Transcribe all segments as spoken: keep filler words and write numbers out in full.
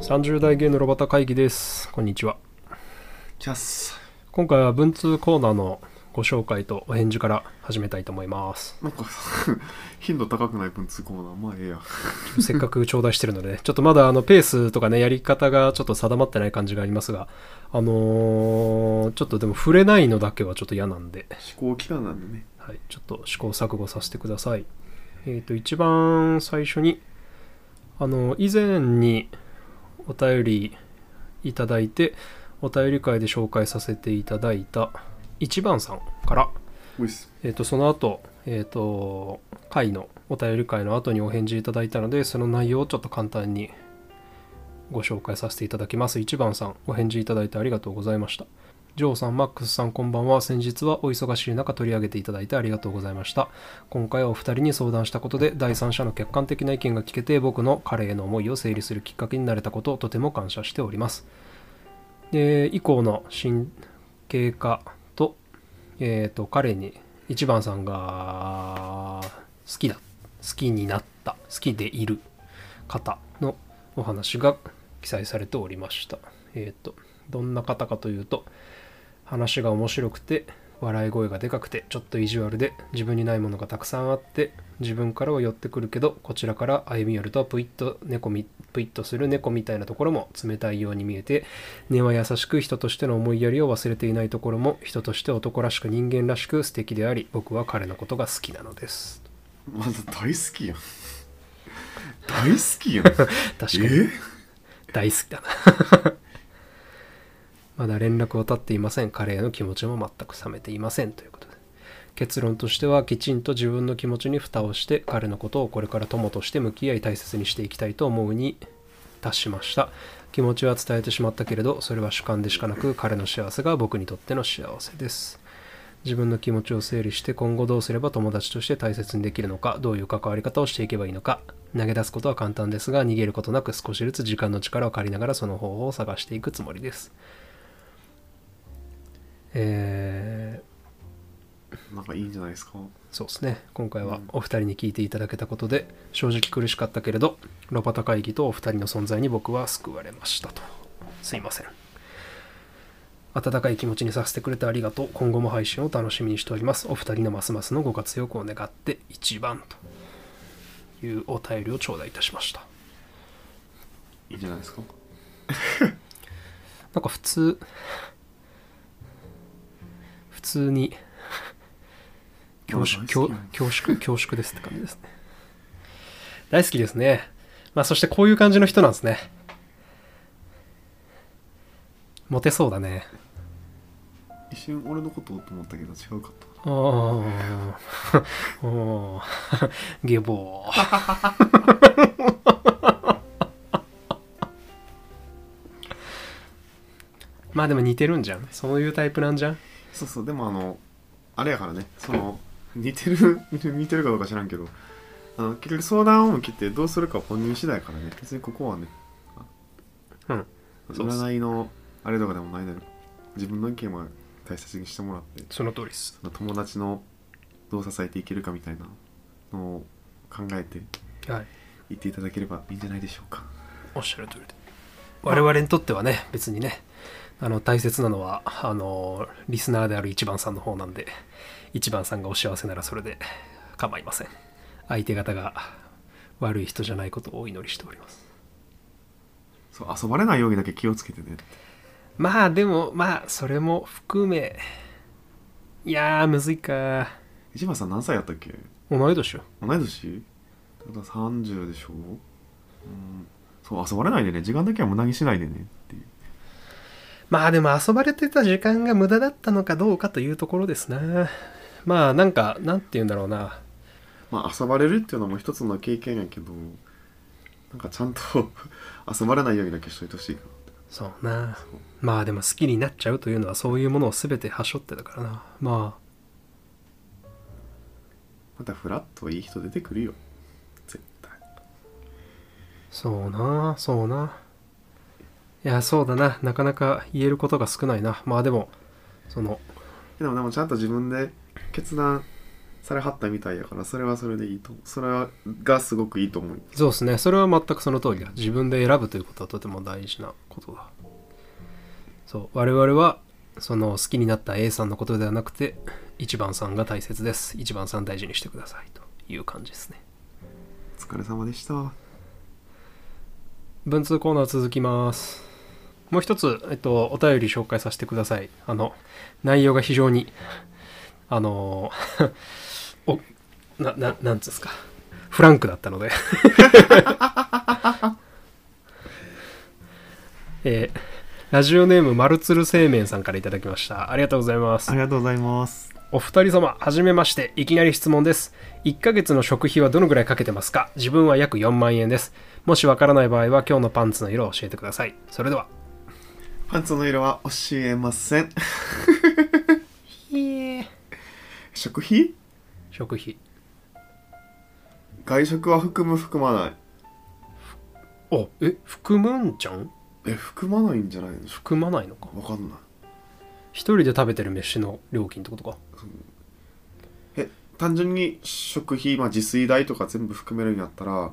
さんじゅう代芸のロバタ会議です。こんにちは。 チャス。 今回は文通コーナーのご紹介とお返事から始めたいと思います。 なんか頻度高くない文通コーナー、まあええや。 せっかく頂戴してるので、ちょっとまだあのペースとかね、やり方がちょっと定まってない感じがありますが、あのー、ちょっとでも触れないのだけはちょっと嫌なんで、 思考期間なんでね。 はい、ちょっと試行錯誤させてください。えっと、一番最初に、あの、以前にお便りいただいて、お便り会で紹介させていただいた一番さんから、えー、とその後、えー、と会のお便り会の後にお返事いただいたので、その内容をちょっと簡単にご紹介させていただきます。一番さん、お返事いただいてありがとうございました。ジョーさん、マックスさん、こんばんは。先日はお忙しい中取り上げていただいてありがとうございました。今回はお二人に相談したことで第三者の客観的な意見が聞けて、僕の彼への思いを整理するきっかけになれたことをとても感謝しております。で以降の神経科と、えー、と彼に一番さんが好きだ好きになった好きでいる方のお話が記載されておりました。えっ、ー、とどんな方かというと、話が面白くて笑い声がでかくてちょっと意地悪で自分にないものがたくさんあって、自分からは寄ってくるけどこちらから歩み寄るとプイッと猫みプイッとする猫みたいなところも冷たいように見えて、根は優しく人としての思いやりを忘れていないところも人として男らしく人間らしく素敵であり、僕は彼のことが好きなのです。 まだ大好きやん。大好きやん。確かに、え大好きだなまだ連絡を絶っていません。彼への気持ちも全く冷めていませんということで、結論としてはきちんと自分の気持ちに蓋をして彼のことをこれから友として向き合い大切にしていきたいと思うに達しました。気持ちは伝えてしまったけれど、それは主観でしかなく彼の幸せが僕にとっての幸せです。自分の気持ちを整理して今後どうすれば友達として大切にできるのか、どういう関わり方をしていけばいいのか、投げ出すことは簡単ですが逃げることなく少しずつ時間の力を借りながらその方法を探していくつもりです。えー、なんかいいんじゃないですか。 そうですね。今回はお二人に聞いていただけたことで、うん、正直苦しかったけれどロバタ会議とお二人の存在に僕は救われましたと。すいません。温かい気持ちにさせてくれてありがとう。今後も配信を楽しみにしております。お二人のますますのご活躍を願って一番というお便りを頂戴いたしました。 いいんじゃないですかなんか普通普通に恐縮恐縮恐縮ですって感じですね。大好きですね。まあそしてこういう感じの人なんですね。モテそうだね。 一瞬俺のことと思ったけど違うかった。 ああゲボーまあでも似てるんじゃん。そういうタイプなんじゃん。 そうそう。でもあのあれやからね、その似てる似てるかどうか知らんけど、あの結局相談を受けてどうするか本人次第からね。別にここはね、 うん、 占いのあれとかでもないのよ。自分の意見は大切にしてもらって、 その通りです。 友達のどう支えていけるかみたいなのを考えて言っていただければいいんじゃないでしょうか。はい、 おっしゃる通りで、我々にとってはね、別にね、あの大切なのはあのリスナーである一番さんの方なんで、一番さんがお幸せならそれで構いません。相手方が悪い人じゃないことをお祈りしております。 そう、遊ばれないようにだけ気をつけてね。 まあでもまあそれも含め、いやーむずいか。 一番さん何歳やったっけ？ 同い年よ。 同い年？だからさんじゅうでしょ。うん、そう遊ばれないでね、時間だけは無駄にしないでねっていう。 まあでも遊ばれてた時間が無駄だったのかどうかというところですな。まあなんかなんて言うんだろうな。 まあ遊ばれるっていうのも一つの経験やけど、なんかちゃんと遊ばれないようにだけしといてほしいかな。 そうな。そうまあでも好きになっちゃうというのはそういうものを全てはしょってたからな。まあまたフラッといい人出てくるよ絶対。 そうなそうな。いやそうだな、なかなか言えることが少ないな。まあでもそのでもでもちゃんと自分で決断されはったみたいやから、それはそれでいいと思う。それはがすごくいいと思う。 そうですね、それは全くその通りだ。自分で選ぶということはとても大事なことだ。そう、我々はその好きになった A さんのことではなくて、一番さんが大切です。一番さん大事にしてくださいという感じですね。 お疲れ様でした。 文通コーナー続きます。もう一つ、えっと、お便り紹介させてください。あの内容が非常にあのおなななんつうんですか、フランクだったので、えー、ラジオネームマルツル製麺さんからいただきました。ありがとうございます。 ありがとうございます。 お二人様、はじめまして。いきなり質問です。いっかげつの食費はどのぐらいかけてますか？自分は約よんまんえんです。もしわからない場合は今日のパンツの色を教えてください。それでは。 パンツの色は教えません。食費？ 食費。 外食は含む含まない？ お、え、含むんじゃん？ え、含まないんじゃないの？ 含まないのか。 わかんない。 一人で食べてる飯の料金ってことか。 え、単純に食費、まあ、自炊代とか全部含めるんやったら、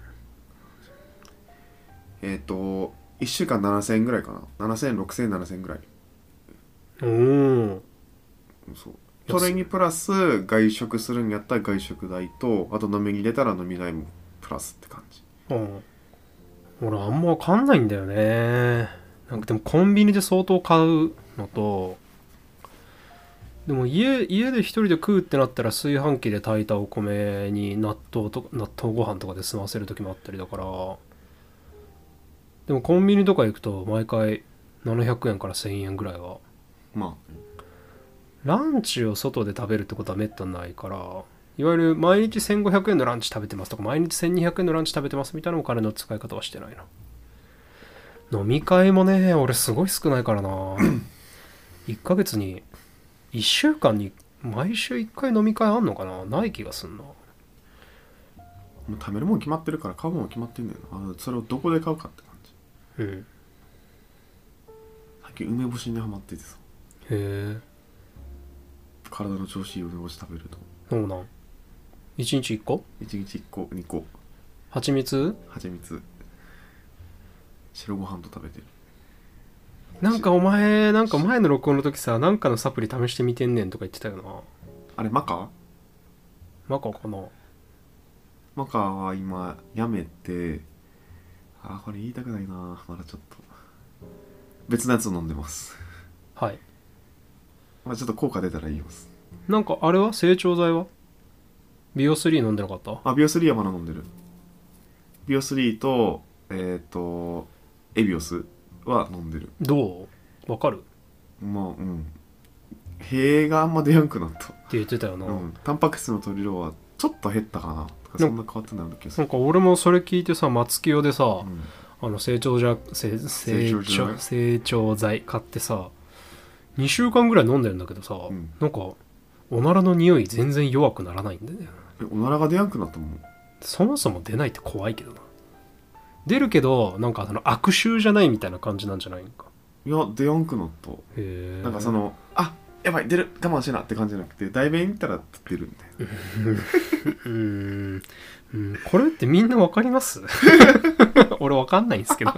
えっ、ー、といっしゅうかんななせんえんぐらいかな。ななせんえん、ろくせんえん、ななせんえんぐらい。 おー。 そう。それにプラス外食するんやったら外食代と、あと飲みに出たら飲み代もプラスって感じ。 うん。俺あんまわかんないんだよね。なんかでもコンビニで相当買うのと、でも家家で一人で食うってなったら炊飯器で炊いたお米に納豆とか納豆ご飯とかで済ませる時もあったりだから、でもコンビニとか行くと毎回ななひゃくえんからせんえんぐらいは。 まランチを外で食べるってことはめったにないから、いわゆる毎日せんごひゃくえんのランチ食べてますとか毎日せんにひゃくえんのランチ食べてますみたいなお金の使い方はしてないな。飲み会もね、俺すごい少ないからな。いっかげつにいっしゅうかんに毎週いっかい飲み会あんのかな。ない気がすんな。もう食べるもん決まってるから買うもん決まってんだよな。あ、それをどこで買うかって感じ。 うん。 さっき梅干しにハマっててさ、 へえ。 体の調子いい梅干し食べるとそうなん。いちにちいっこいちにちいっこにこ蜂蜜蜂蜜白ご飯と食べてる。 なんかお前なんか前の録音の時さ、なんかのサプリ試してみてんねんとか言ってたよな。 あれマカマカかな。 マカは今やめて、あ、これ言いたくないな。まだちょっと別のやつを飲んでます。 はい。 まあちょっと効果出たら言います。 なんかあれは成長剤はビオスリー飲んでなかった？ あ、ビオスリーはまだ飲んでる。ビオスリーとえっ、ー、とエビオスは飲んでる。 どう？わかる？ まあうん、塀があんま出やんくなったって言ってたよな、 うん、タンパク質の摂り量はちょっと減ったかなとか、そんな変わってないような気がする。 なんか俺もそれ聞いてさ、松清でさ、 うん、 あの成長剤成成長成長剤買ってさにしゅうかんぐらい飲んでるんだけどさ、うん、なんかおならの匂い全然弱くならないんだよね。 え、おならが出やんくなったもん。 そもそも出ないって怖いけどな。出るけどなんかその悪臭じゃないみたいな感じなんじゃないんか。 いや出やんくなった。へえ。 なんかそのあやばい出る我慢しなって感じじゃなくて、大便見たら出るんだよ。 うーん、うん、これってみんなわかります？俺わかんないんですけど。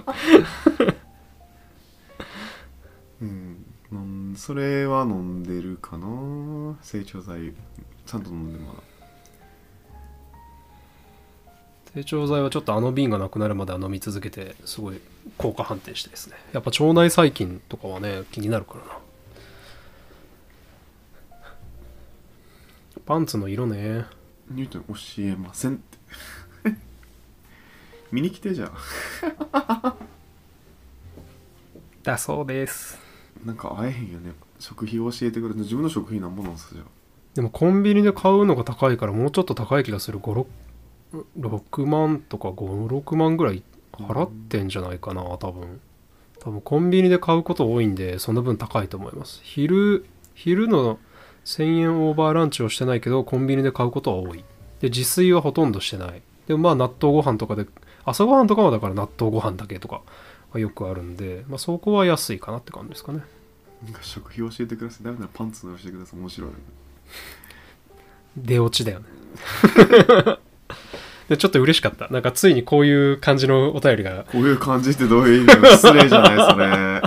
うん、それは飲んでるかな。成長剤ちゃんと飲んでまだ。 成長剤はちょっとあの瓶がなくなるまでは飲み続けて、すごい効果判定してですね、やっぱ腸内細菌とかはね気になるからな。パンツの色ね。 ニュートン教えませんって見に来てじゃあだそうです。 なんか会えへんよね。食費を教えてくれて、自分の食費なんぼなんすじゃあ。 でもコンビニで買うのが高いからもうちょっと高い気がする。ご、ろくまんとかご、ろくまんぐらい払ってんじゃないかな、多分。多分コンビニで買うこと多いんでその分高いと思います。昼昼のせんえんオーバーランチをしてないけどコンビニで買うことは多い。で自炊はほとんどしてない。でもまあ納豆ご飯とかで、朝ごはんとかはだから納豆ご飯だけとかはよくあるんで、まあ、そこは安いかなって感じですかね。 なんか食費教えてください。ダメならパンツの教えてください。面白い。 出落ちだよねでちょっと嬉しかった。なんかついにこういう感じのお便りが。 こういう感じってどういう意味だよ。失礼じゃないそれ。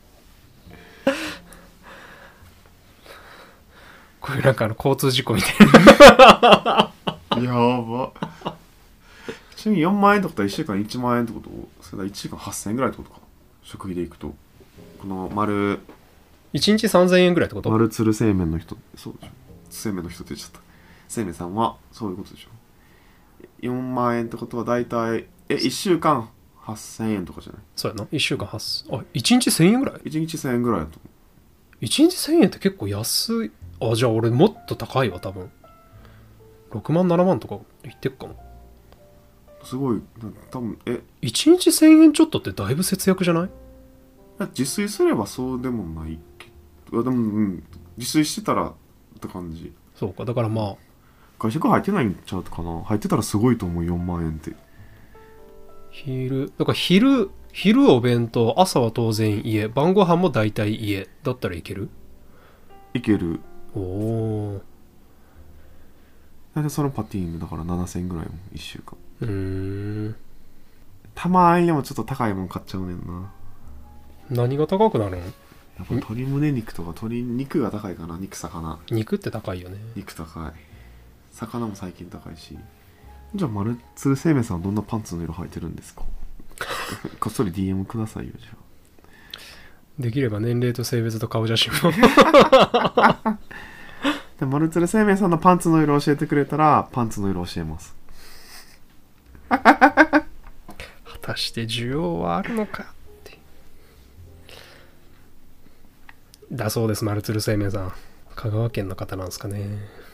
こういうなんかあの交通事故みたいなやば。ちなみによんまん円ってことはいっしゅうかんいちまん円ってこと？それだいちしゅうかんはっせんえんぐらいってことか。食費でいくとこの丸いちにちさんぜんえんぐらいってこと？ 丸鶴製麺の人、そうでしょ。製麺の人って言っちゃった。製麺さんはそういうことでしょ。よんまん円ってことはだいたいえいっしゅうかんはっせんえんとかじゃない？ そうやな。いっしゅうかんはっせん。あ、いちにちせんえんぐらい？ いちにちせんえんぐらいだと思う。 いちにちせんえんって結構安い。あ、じゃあ俺もっと高いわ多分。ろくまんななまんとか言ってっかも。 すごい多分えいちにちせんえんちょっとってだいぶ節約じゃない？ 自炊すればそうでもないけど、でも、うん、自炊してたらって感じ。 そうか。だからまあ外食入ってないんちゃうかな。入ってたらすごいと思う。よんまん円って昼だから昼昼お弁当、朝は当然家、晩ご飯も大体家だったらいける？ いける。 おお。 大体そのパティーンだからななせんえんぐらいもいっしゅうかん。 うーん。 たまにでもちょっと高いもん買っちゃうねんな。 何が高くなるの？ やっぱ鶏胸肉とか鶏肉が高いかな。肉魚肉って高いよね。 肉高い。魚も最近高いし。じゃあ丸鶴製麺さんはどんなパンツの色履いてるんですか？こっそり ディーエム くださいよ。じゃあできれば年齢と性別と顔写真もで丸鶴製麺さんのパンツの色を教えてくれたらパンツの色を教えます。 果たして需要はあるのかってだそうです。丸鶴製麺さん香川県の方なんですかね。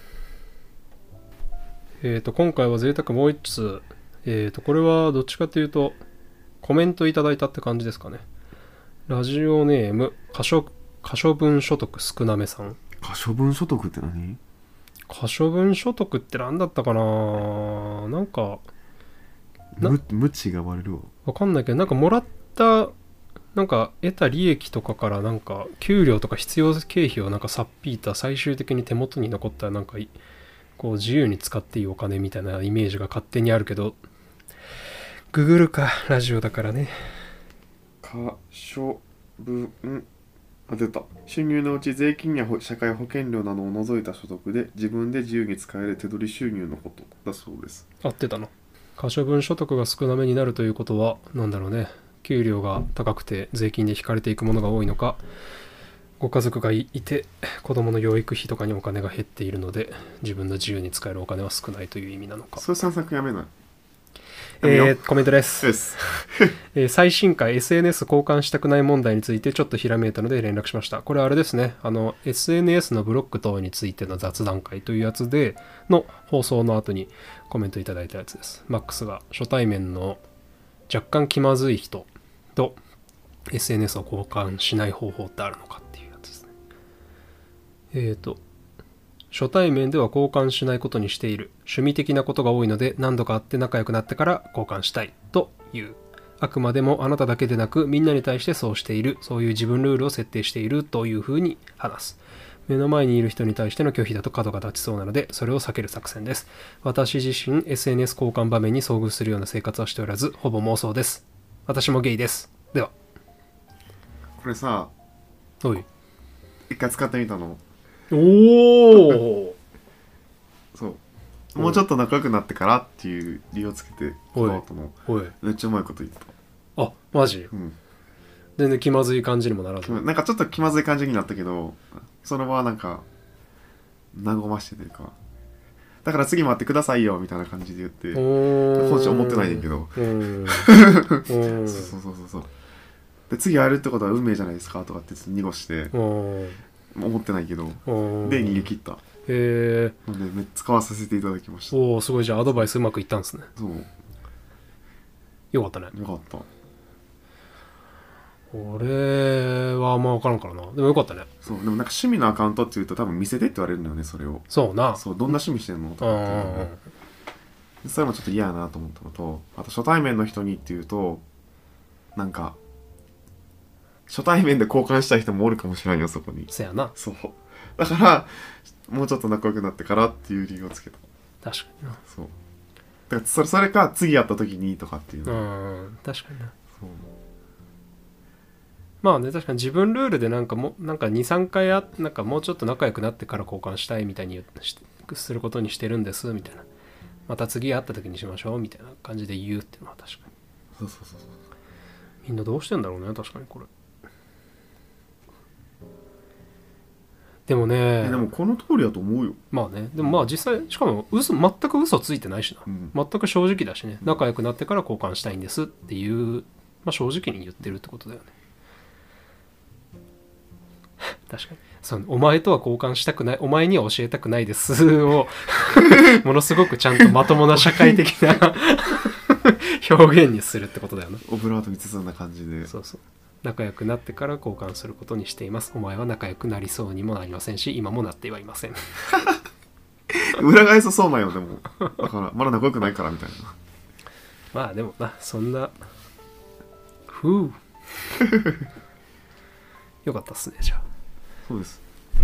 えっ、ー、と今回は贅沢もう一つ。えっ、ー、とこれはどっちかというとコメントいただいたって感じですかね。ラジオネーム可処可処分所得少なめさん。 可処分所得って何？ 可処分所得って何だったかな。なんかむ無知が割れるわ。 わかんないけど、なんかもらったなんか得た利益とかからなんか給料とか必要経費をなんかさっぴいた最終的に手元に残ったなんかこう自由に使っていいお金みたいなイメージが勝手にあるけど、ググるかラジオだからね。 可処分あ出た。収入のうち税金や社会保険料などを除いた所得で自分で自由に使える手取り収入のことだそうです。 合ってたの。可処分所得が少なめになるということはなんだろうね。給料が高くて税金で引かれていくものが多いのか、ご家族がいて子供の養育費とかにお金が減っているので自分の自由に使えるお金は少ないという意味なのか。 それ散策やめない。 えー、コメントです、 ですえー、最新回 エスエヌエス 交換したくない問題についてちょっとひらめいたので連絡しました。これあれですね、あの エスエヌエス のブロック等についての雑談会というやつでの放送の後にコメントいただいたやつです。マックスが初対面の若干気まずい人と エスエヌエス を交換しない方法ってあるのかっていうやつですね。えーと初対面では交換しないことにしている。趣味的なことが多いので何度か会って仲良くなってから交換したいという。あくまでもあなただけでなくみんなに対してそうしている。そういう自分ルールを設定しているというふうに話す。目の前にいる人に対しての拒否だと角が立ちそうなのでそれを避ける作戦です。私自身 エスエヌエス 交換場面に遭遇するような生活はしておらずほぼ妄想です。私もゲイです。ではこれさおい一回使ってみたの。 おおそうもうちょっと仲良くなってからっていう理由をつけて使おうと思う。 おいめっちゃうまいこと言った。 あマジ、 うん、 全然気まずい感じにもならず。 なんかちょっと気まずい感じになったけどその場はなんか和ましてというか、だから次待ってくださいよみたいな感じで言って本心思ってないねんけどそうそうそうそうそうで次会えるってことは運命じゃないですかとかって濁して思ってないけどで逃げ切った。へえ。 で使わさせていただきました。 おおすごい。じゃあアドバイスうまくいったんですね。 そうよかったね。 よかった。 俺はあんま分からんからな。でもよかったね。 そうでもなんか趣味のアカウントっていうと多分見せてって言われるんだよねそれを。 そうな。 そうどんな趣味してんのとかっていうの、ね、それもちょっと嫌やなと思ったのと、あと初対面の人にっていうとなんか初対面で交換したい人もおるかもしれんよそこに。 そやな。 そうだからもうちょっと仲良くなってからっていう理由をつけた。 確かにな。 そうだからそれ、それか次会った時にとかっていうの。 うん確かにな。 そうまあね、確かに自分ルールでなんかもなんかにさんかいあなんかもうちょっと仲良くなってから交換したいみたいに言うしすることにしてるんですみたいな、また次会った時にしましょうみたいな感じで言うっていうのは確かに。 そうそうそうそう。 みんなどうしてんだろうね、確かにこれ。でもね、 えでもこの通りだと思うよ。 まあね、でもまあ実際しかも嘘全く嘘ついてないしな、 うん、 全く正直だしね、 うん、 仲良くなってから交換したいんですっていう、まあ、正直に言ってるってことだよね。確かにそう、お前とは交換したくない、お前には教えたくないですをものすごくちゃんとまともな社会的な表現にするってことだよな。 オブラートに包んだ感じで。 そうそう、仲良くなってから交換することにしています。お前は仲良くなりそうにもなりませんし、今もなってはいません。 裏返さそうなんよ。でもだからまだ仲良くないからみたいな。 まあでもな、そんなふうよかったっすね。じゃあそうです。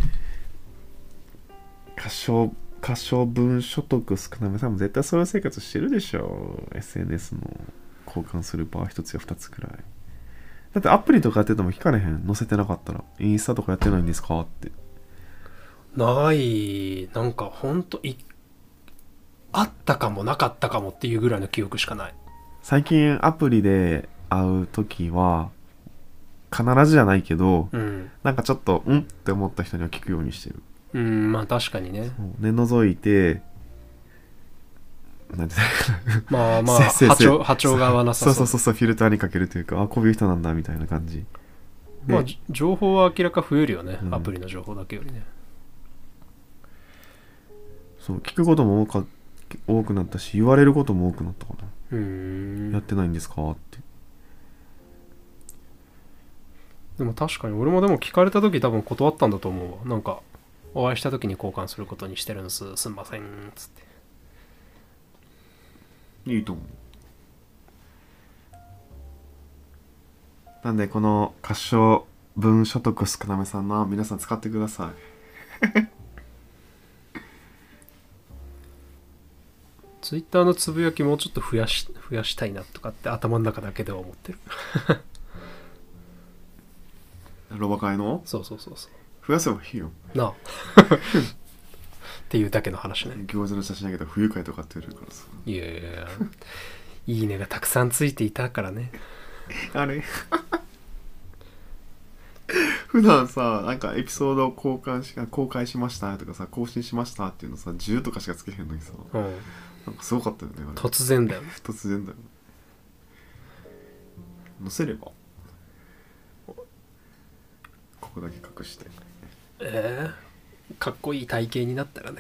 可処可処分所得少なめさんも絶対そういう生活してるでしょ。 エスエヌエス の交換する場合一つや二つくらいだって。アプリとかやってても聞かれへん。載せてなかったらインスタとかやってないんですかって。 ない、なんかほんといあったかもなかったかもっていうぐらいの記憶しかない。 最近アプリで会うときは必ずじゃないけど、うん、なんかちょっとんって思った人には聞くようにしてる。 うん、まあ確かにね。 ね、覗いてなんてまあまあ波長波長が合わなさそう。 そうそうそう、フィルターにかけるというか、あ、こういう人なんだみたいな感じ。 まあ情報は明らか増えるよね、うん、アプリの情報だけよりね。 そう、聞くことも多か多くなったし、言われることも多くなったかな。うーん、やってないんですかって。 でも確かに俺もでも聞かれた時多分断ったんだと思うわ。なんかお会いした時に交換することにしてるんです、すんませんっつって。 いいと思う。なんでこの可処分所得少なめさんの皆さん使ってください。 ツイッターのつぶやきもうちょっと増やし増やしたいなとかって頭の中だけでは思ってる。 ロバ会のそうそうそうそう、 増やせばいいよなあっていうだけの話ね。 餃子の写真あげたら不愉快とかって言われるからさ。 いやいやいやいいねがたくさんついていたからね。 あれ普段さ、なんかエピソードを交換し公開しましたとかさ、更新しましたっていうのさ、じゅうとかしかつけへんのにさ、うん、なんかすごかったよね。あれ突然だよね。 突然だよね。載せればここだけ隠して、 えー、かっこいい体型になったらね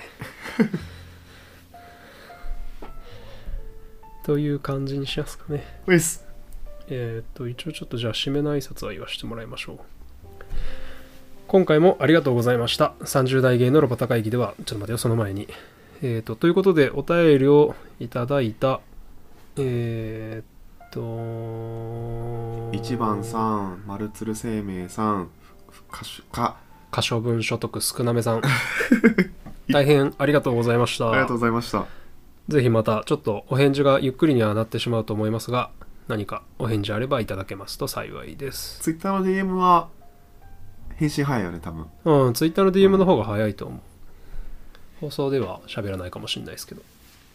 という感じにしますかね。 ういっす。 えー、っと一応ちょっとじゃあ締めの挨拶は言わせてもらいましょう。今回もありがとうございました。さんじゅう代芸のロバタ会議では、ちょっと待てよ、その前にえー、っとということでお便りをいただいたえー、っといちばんさん、丸鶴生命さん、か可処分所得少なめさん大変ありがとうございました。 ありがとうございました。 ぜひまたちょっとお返事がゆっくりにはなってしまうと思いますが、何かお返事あればいただけますと幸いです。 ツイッターの ディーエム は返信早いよね多分。 うん、ツイッターの ディーエム の方が早いと思う、うん、放送では喋らないかもしれないですけど。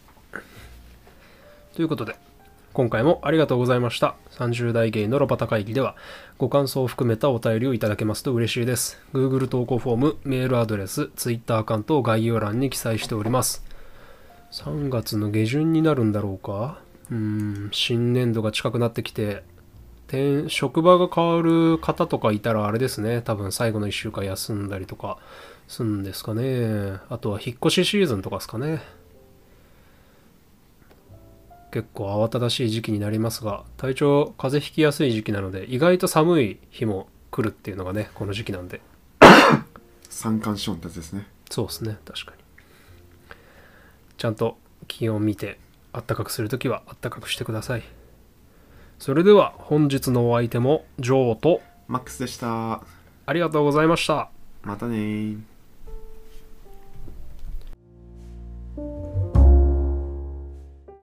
ということで今回もありがとうございました。さんじゅう代芸のロバタ会議ではご感想を含めたお便りをいただけますと嬉しいです。 Google 投稿フォーム、メールアドレス、Twitter アカウントを概要欄に記載しております。さんがつの下旬になるんだろうか。うーん、新年度が近くなってきて、職場が変わる方とかいたらあれですね、多分最後のいっしゅうかん休んだりとかするんですかね。あとは引っ越しシーズンとかですかね。結構慌ただしい時期になりますが、体調風邪ひきやすい時期なので、意外と寒い日も来るっていうのがね、この時期なんで。 三寒四温ってやつですね。 そうですね、確かに。ちゃんと気温を見て、あったかくするときはあったかくしてください。それでは本日のお相手もジョーとマックスでした。 ありがとうございました。 またね。